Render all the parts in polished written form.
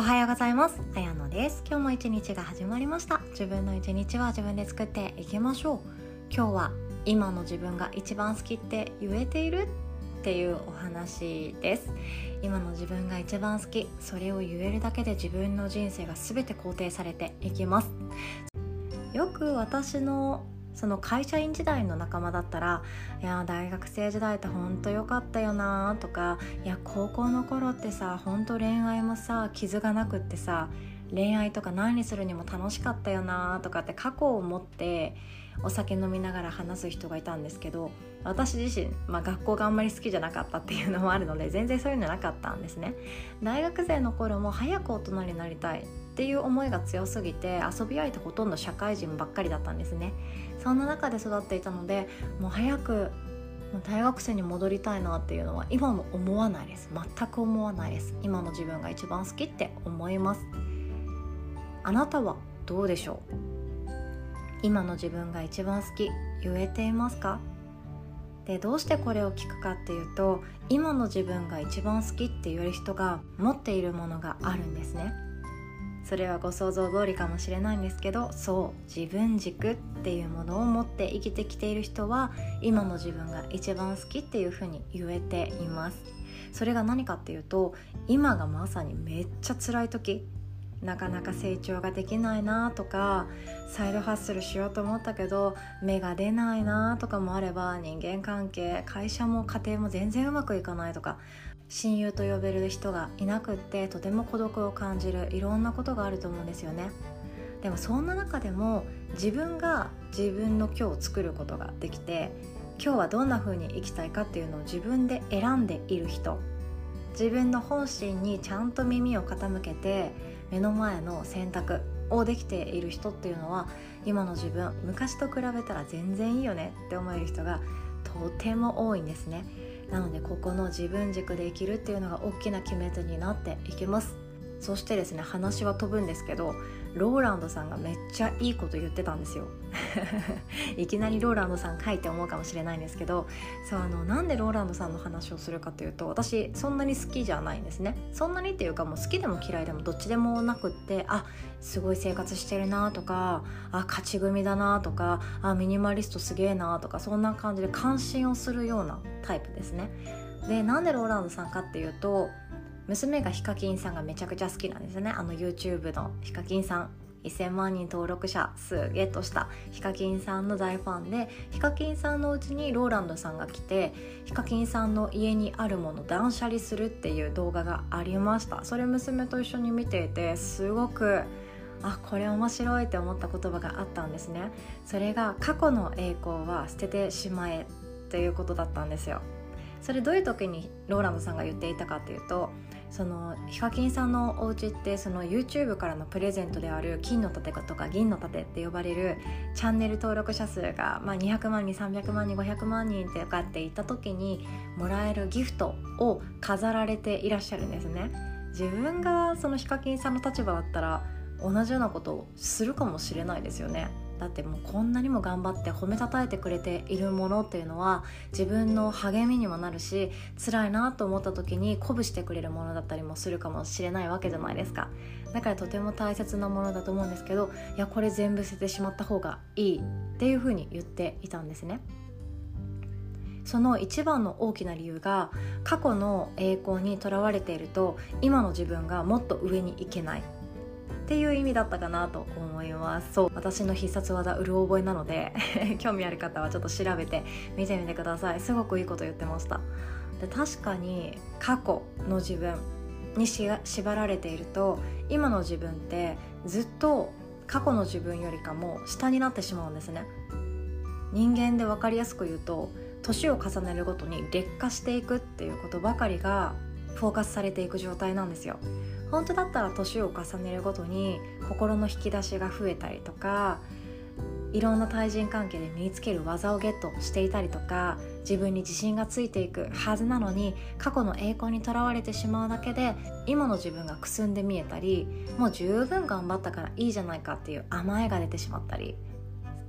はようございます。あやのです。今日も一日が始まりました。自分の一日は自分で作っていきましょう。今日は今の自分が一番好きって言えているっていうお話です。今の自分が一番好き、それを言えるだけで自分の人生が全て肯定されていきます。よく私のその会社員時代の仲間だったら、いや大学生時代ってほんと良かったよなとか、いや高校の頃ってさほんと恋愛もさ傷がなくってさ、恋愛とか何するにも楽しかったよなとかって過去を持ってお酒飲みながら話す人がいたんですけど、私自身、学校があんまり好きじゃなかったっていうのもあるので全然そういうのなかったんですね。大学生の頃も早く大人になりたいっていう思いが強すぎて、遊び相手ほとんど社会人ばっかりだったんですね。そんな中で育っていたので、もう早く大学生に戻りたいなっていうのは今も思わないです。全く思わないです。今の自分が一番好きって思います。あなたはどうでしょう？今の自分が一番好き言えていますか？で、どうしてこれを聞くかっていうと、今の自分が一番好きって言える人が持っているものがあるんですね。それはご想像通りかもしれないんですけど、そう自分軸っていうものを持って生きてきている人は今の自分が一番好きっていうふうに言えています。それが何かっていうと、今がまさにめっちゃ辛い時、なかなか成長ができないなとか、サイドハッスルしようと思ったけど芽が出ないなとかもあれば、人間関係、会社も家庭も全然うまくいかないとか、親友と呼べる人がいなくってとても孤独を感じる、いろんなことがあると思うんですよね。でもそんな中でも自分が自分の今日を作ることができて、今日はどんな風に生きたいかっていうのを自分で選んでいる人、自分の本心にちゃんと耳を傾けて目の前の選択をできている人っていうのは、今の自分昔と比べたら全然いいよねって思える人がとても多いんですね。なのでここの自分軸で生きるっていうのが大きな決め手になっていきます。そしてですね、話は飛ぶんですけど、ローランドさんがめっちゃいいこと言ってたんですよいきなりローランドさんかいって思うかもしれないんですけど、なんでローランドさんの話をするかというと、私そんなに好きじゃないんですね。そんなにっていうか、もう好きでも嫌いでもどっちでもなくって、すごい生活してるなとか、勝ち組だなとか、ミニマリストすげえなとか、そんな感じで関心をするようなタイプですね。で、なんでローランドさんかっていうと、娘がヒカキンさんがめちゃくちゃ好きなんですね。YouTube のヒカキンさん、1000万人登録者数ゲットしたヒカキンさんの大ファンで、ヒカキンさんのうちにローランドさんが来て、ヒカキンさんの家にあるもの断捨離するっていう動画がありました。それ娘と一緒に見ていて、すごくこれ面白いって思った言葉があったんですね。それが、過去の栄光は捨ててしまえということだったんですよ。それどういう時にローランドさんが言っていたかというと、ヒカキンさんのお家って、YouTube からのプレゼントである金の盾とか銀の盾って呼ばれるチャンネル登録者数が、200万人300万人500万人ってかっていった時にもらえるギフトを飾られていらっしゃるんですね。自分がそのヒカキンさんの立場だったら同じようなことをするかもしれないですよね。だってもうこんなにも頑張って褒めたたえてくれているものっていうのは自分の励みにもなるし、辛いなと思った時に鼓舞してくれるものだったりもするかもしれないわけじゃないですか。だからとても大切なものだと思うんですけど、いやこれ全部捨ててしまった方がいいっていうふうに言っていたんですね。その一番の大きな理由が、過去の栄光にとらわれていると今の自分がもっと上に行けないっていう意味だったかなと思います。そう、私の必殺技うる覚えなので興味ある方はちょっと調べて見てみてください。すごくいいこと言ってました。で、確かに過去の自分に縛られていると、今の自分ってずっと過去の自分よりかも下になってしまうんですね。人間で分かりやすく言うと、年を重ねるごとに劣化していくっていうことばかりがフォーカスされていく状態なんですよ。本当だったら年を重ねるごとに心の引き出しが増えたりとか、いろんな対人関係で身につける技をゲットしていたりとか、自分に自信がついていくはずなのに、過去の栄光にとらわれてしまうだけで今の自分がくすんで見えたり、もう十分頑張ったからいいじゃないかっていう甘えが出てしまったり、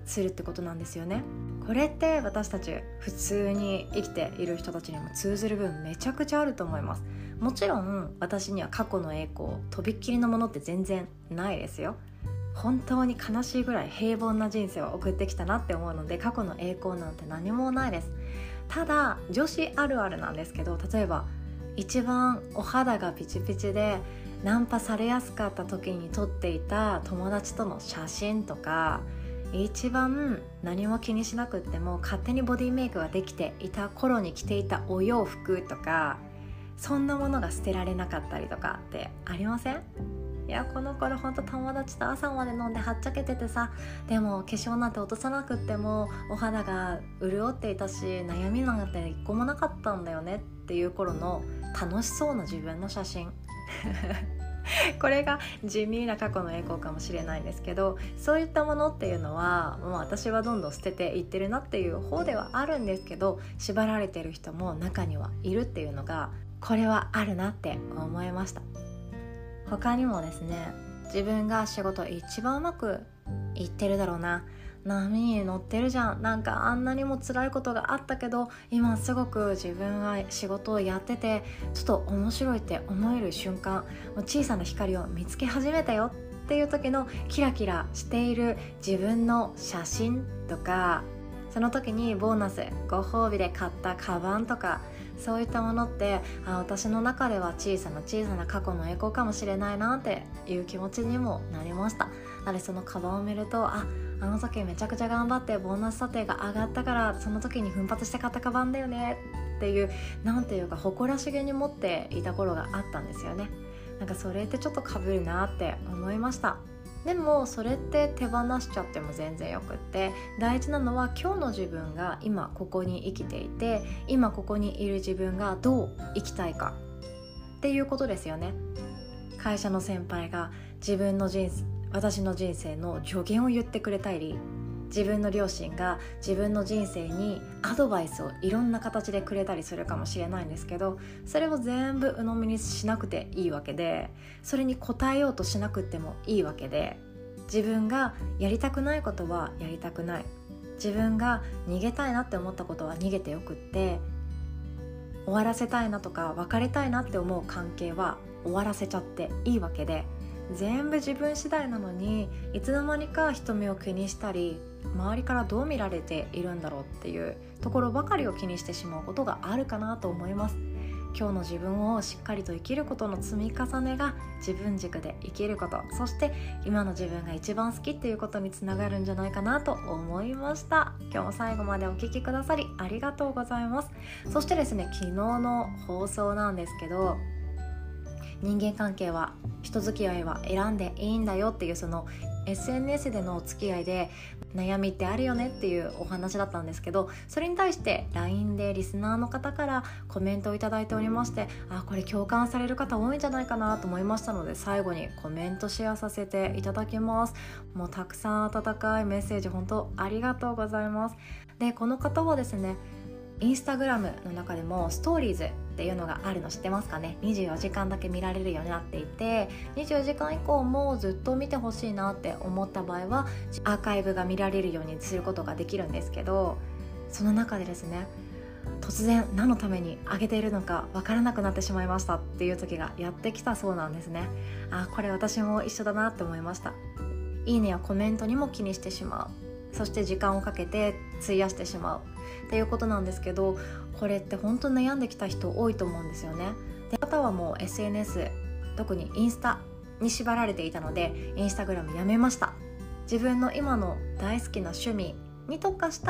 するってことなんですよね。これって私たち普通に生きている人たちにも通ずる部分めちゃくちゃあると思います。もちろん私には過去の栄光とびっきりのものって全然ないですよ。本当に悲しいぐらい平凡な人生を送ってきたなって思うので、過去の栄光なんて何もないです。ただ女子あるあるなんですけど、例えば一番お肌がピチピチでナンパされやすかった時に撮っていた友達との写真とか、一番何も気にしなくっても勝手にボディメイクができていた頃に着ていたお洋服とか、そんなものが捨てられなかったりとかってありません？いや、この頃ほんと友達と朝まで飲んではっちゃけててさ、でも化粧なんて落とさなくってもお肌が潤っていたし、悩みなんて一個もなかったんだよねっていう頃の楽しそうな自分の写真これが地味な過去の栄光かもしれないんですけど、そういったものっていうのはもう私はどんどん捨てていってるなっていう方ではあるんですけど、縛られてる人も中にはいるっていうのが、これはあるなって思いました。他にもですね、自分が仕事一番うまくいってるだろうな、波に乗ってるじゃん、なんかあんなにも辛いことがあったけど今すごく自分は仕事をやっててちょっと面白いって思える瞬間、もう小さな光を見つけ始めたよっていう時のキラキラしている自分の写真とか、その時にボーナスご褒美で買ったカバンとか、そういったものって私の中では小さな過去の栄光かもしれないなっていう気持ちにもなりました。なのでそのカバンを見ると、あの時めちゃくちゃ頑張ってボーナス査定が上がったからその時に奮発して買ったカバンだよねっていう、なんていうか誇らしげに持っていた頃があったんですよね。なんかそれってちょっと被るなって思いました。でもそれって手放しちゃっても全然よくって、大事なのは今日の自分が今ここに生きていて、今ここにいる自分がどう生きたいかっていうことですよね。会社の先輩が私の人生の助言を言ってくれたり、自分の両親が自分の人生にアドバイスをいろんな形でくれたりするかもしれないんですけど、それを全部鵜呑みにしなくていいわけで、それに応えようとしなくてもいいわけで、自分がやりたくないことはやりたくない、自分が逃げたいなって思ったことは逃げてよくって、終わらせたいなとか別れたいなって思う関係は終わらせちゃっていいわけで、全部自分次第なのにいつの間にか人目を気にしたり、周りからどう見られているんだろうっていうところばかりを気にしてしまうことがあるかなと思います。今日の自分をしっかりと生きることの積み重ねが自分軸で生きること、そして今の自分が一番好きっていうことにつながるんじゃないかなと思いました。今日も最後までお聞きくださりありがとうございます。そしてですね、昨日の放送なんですけど、人間関係は人付き合いは選んでいいんだよっていう、その SNS でのお付き合いで悩みってあるよねっていうお話だったんですけど、それに対して LINE でリスナーの方からコメントをいただいておりまして、これ共感される方多いんじゃないかなと思いましたので、最後にコメントシェアさせていただきます。もうたくさん温かいメッセージ本当ありがとうございます。で、この方はですね、インスタグラムの中でもストーリーズっていうのがあるの知ってますかね。24時間だけ見られるようになっていて、24時間以降もずっと見てほしいなって思った場合はアーカイブが見られるようにすることができるんですけど、その中でですね、突然何のために上げているのかわからなくなってしまいましたっていう時がやってきたそうなんですね。これ私も一緒だなって思いました。いいねやコメントにも気にしてしまう、そして時間をかけて費やしてしまうっていうことなんですけど、これって本当に悩んできた人多いと思うんですよね。で、方はもう SNS、 特にインスタに縛られていたのでインスタグラムやめました。自分の今の大好きな趣味に特化した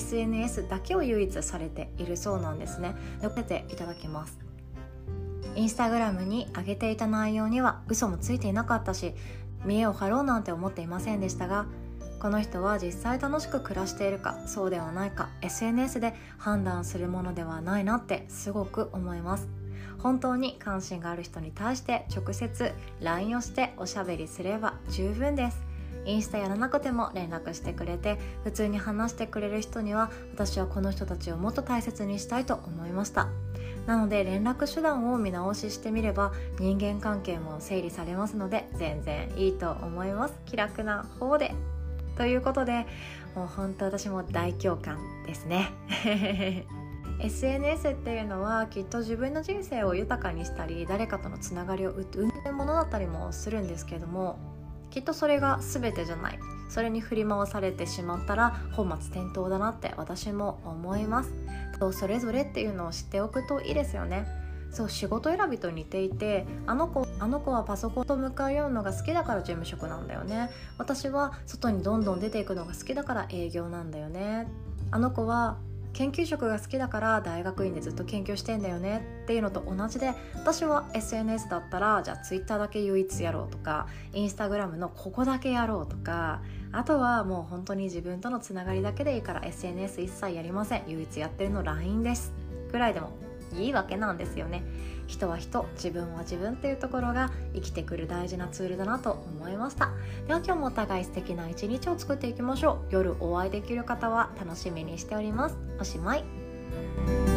SNS だけを唯一されているそうなんですね。で、受けていただきます。インスタグラムに上げていた内容には嘘もついていなかったし、見栄を張ろうなんて思っていませんでしたが、この人は実際楽しく暮らしているかそうではないか SNS で判断するものではないなってすごく思います。本当に関心がある人に対して直接 LINE をしておしゃべりすれば十分です。インスタやらなくても連絡してくれて普通に話してくれる人には、私はこの人たちをもっと大切にしたいと思いました。なので連絡手段を見直ししてみれば人間関係も整理されますので全然いいと思います。気楽な方で。 ということで、もう本当私も大共感ですねSNS っていうのはきっと自分の人生を豊かにしたり、誰かとのつながりを生んでるものだったりもするんですけども、きっとそれが全てじゃない。それに振り回されてしまったら本末転倒だなって私も思います。それぞれっていうのを知っておくといいですよね。そう仕事選びと似ていて、あの子はパソコンと向かい合うのが好きだから事務職なんだよね。私は外にどんどん出ていくのが好きだから営業なんだよね。あの子は研究職が好きだから大学院でずっと研究してんだよねっていうのと同じで、私は SNS だったらじゃあ Twitter だけ唯一やろうとか、Instagram のここだけやろうとか、あとはもう本当に自分とのつながりだけでいいから SNS 一切やりません、唯一やってるの LINE ですくらいでもいいわけなんですよね。人は人、自分は自分っていうところが生きてくる大事なツールだなと思いました。では今日もお互い素敵な一日を作っていきましょう。夜お会いできる方は楽しみにしております。おしまい。